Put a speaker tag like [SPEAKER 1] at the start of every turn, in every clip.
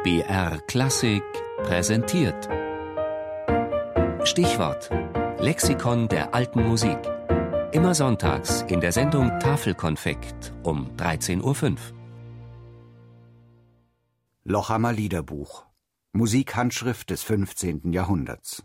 [SPEAKER 1] BR Klassik präsentiert. Stichwort: Lexikon der alten Musik. Immer sonntags in der Sendung Tafelkonfekt um 13:05 Uhr.
[SPEAKER 2] Lochhammer Liederbuch. Musikhandschrift des 15. Jahrhunderts.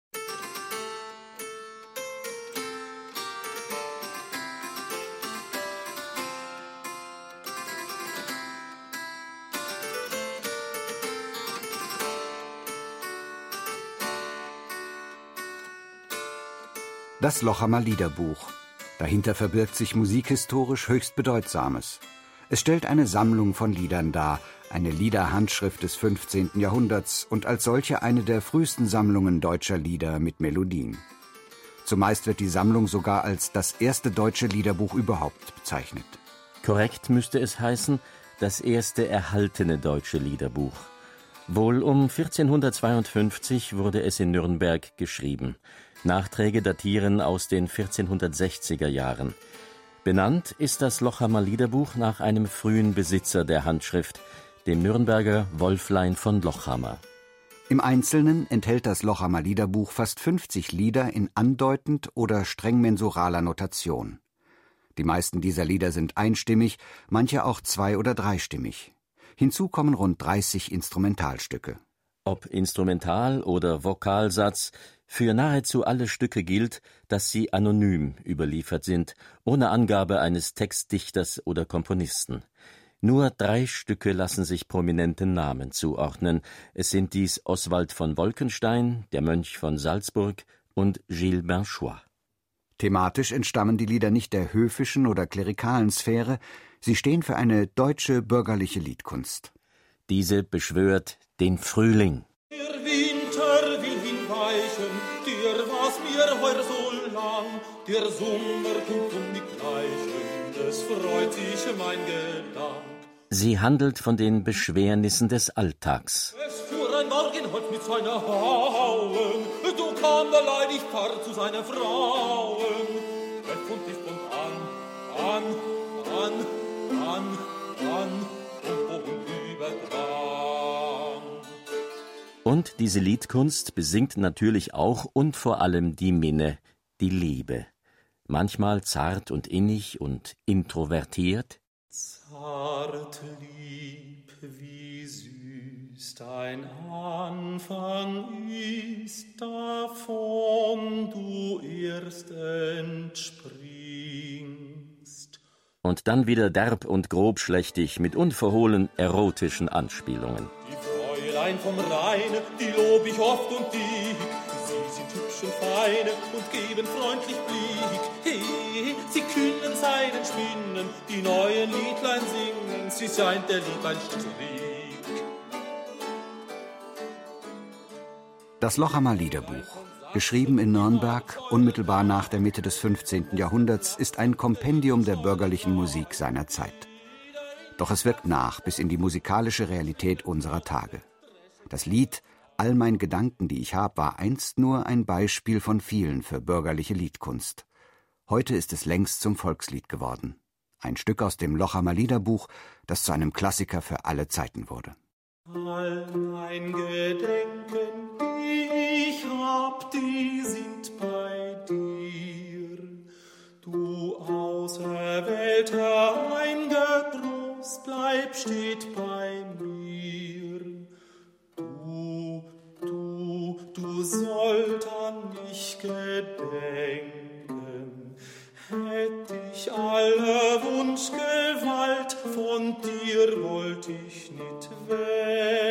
[SPEAKER 2] Das Lochhammer Liederbuch. Dahinter verbirgt sich musikhistorisch höchst Bedeutsames. Es stellt eine Sammlung von Liedern dar, eine Liederhandschrift des 15. Jahrhunderts und als solche eine der frühesten Sammlungen deutscher Lieder mit Melodien. Zumeist wird die Sammlung sogar als das erste deutsche Liederbuch überhaupt bezeichnet.
[SPEAKER 3] Korrekt müsste es heißen, das erste erhaltene deutsche Liederbuch. Wohl um 1452 wurde es in Nürnberg geschrieben. Nachträge datieren aus den 1460er Jahren. Benannt ist das Lochhammer Liederbuch nach einem frühen Besitzer der Handschrift, dem Nürnberger Wolflein von Lochhammer.
[SPEAKER 2] Im Einzelnen enthält das Lochhammer Liederbuch fast 50 Lieder in andeutend oder streng mensuraler Notation. Die meisten dieser Lieder sind einstimmig, manche auch zwei- oder dreistimmig. Hinzu kommen rund 30 Instrumentalstücke.
[SPEAKER 3] Ob Instrumental- oder Vokalsatz, für nahezu alle Stücke gilt, dass sie anonym überliefert sind, ohne Angabe eines Textdichters oder Komponisten. Nur 3 Stücke lassen sich prominenten Namen zuordnen. Es sind dies Oswald von Wolkenstein, der Mönch von Salzburg und Gilles Binchois.
[SPEAKER 2] Thematisch entstammen die Lieder nicht der höfischen oder klerikalen Sphäre, sie stehen für eine deutsche bürgerliche Liedkunst.
[SPEAKER 3] Diese beschwört den Frühling.
[SPEAKER 4] Der Winter will hinweichen, der war's mir heuer so lang, der Sommer kommt die Gleichen, es freut sich mein Gedank.
[SPEAKER 3] Sie handelt von den Beschwernissen des Alltags.
[SPEAKER 4] Es fuhr ein Morgenholz mit seiner Hauen, du kam der leidig Fahrt zu seiner Frauen. Er fand dich von an, und überdrang.
[SPEAKER 3] Und diese Liedkunst besingt natürlich auch und vor allem die Minne, die Liebe. Manchmal zart und innig und introvertiert.
[SPEAKER 4] Zart lieb, wie süß dein Anfang ist, davon du erst entspringst.
[SPEAKER 3] Und dann wieder derb und grobschlächtig mit unverhohlen erotischen Anspielungen.
[SPEAKER 4] Die Fräulein vom Rheine, die lob ich oft und dick. Sie sind hübsch und feine und geben freundlich Blick. He, sie können Seiden spinnen, die neuen Liedlein singen. Sie seid der Liedlein Strick.
[SPEAKER 2] Das Lochhammer Liederbuch, geschrieben in Nürnberg, unmittelbar nach der Mitte des 15. Jahrhunderts, ist ein Kompendium der bürgerlichen Musik seiner Zeit. Doch es wirkt nach bis in die musikalische Realität unserer Tage. Das Lied »All mein Gedanken, die ich hab« war einst nur ein Beispiel von vielen für bürgerliche Liedkunst. Heute ist es längst zum Volkslied geworden. Ein Stück aus dem Lochhammer Liederbuch, das zu einem Klassiker für alle Zeiten wurde.
[SPEAKER 4] All mein Gedenken, die ich hab, die sind bei dir. Du auserwählter Eingetrost, bleib steht bei mir. Du sollt an mich gedenken, hätt ich alle Wunschgewalt, von dir wollt ich nicht weg.